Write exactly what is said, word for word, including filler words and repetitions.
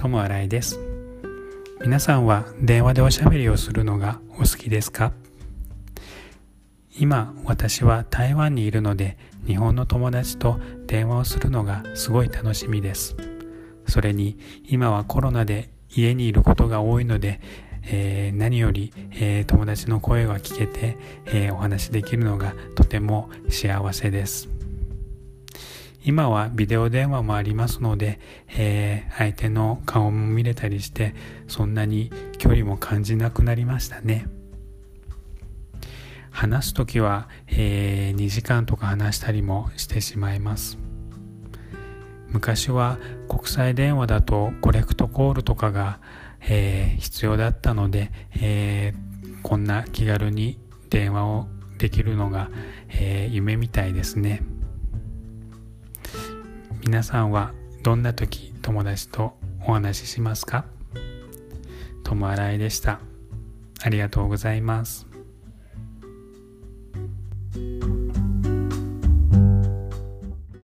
友新井です。皆さんは電話でおしゃべりをするのがお好きですか？今私は台湾にいるので、日本の友達と電話をするのがすごい楽しみです。それに今はコロナで家にいることが多いので、えー、何より、えー、友達の声が聞けて、えー、お話しできるのがとても幸せです。今はビデオ電話もありますので、えー、相手の顔も見れたりして、そんなに距離も感じなくなりましたね。話すときは、えー、にじかんとか話したりもしてしまいます。昔は国際電話だとコレクトコールとかが、えー、必要だったので、えー、こんな気軽に電話をできるのが、えー、夢みたいですね。皆さんはどんな時友達とお話ししますか？友新井でした。ありがとうございます。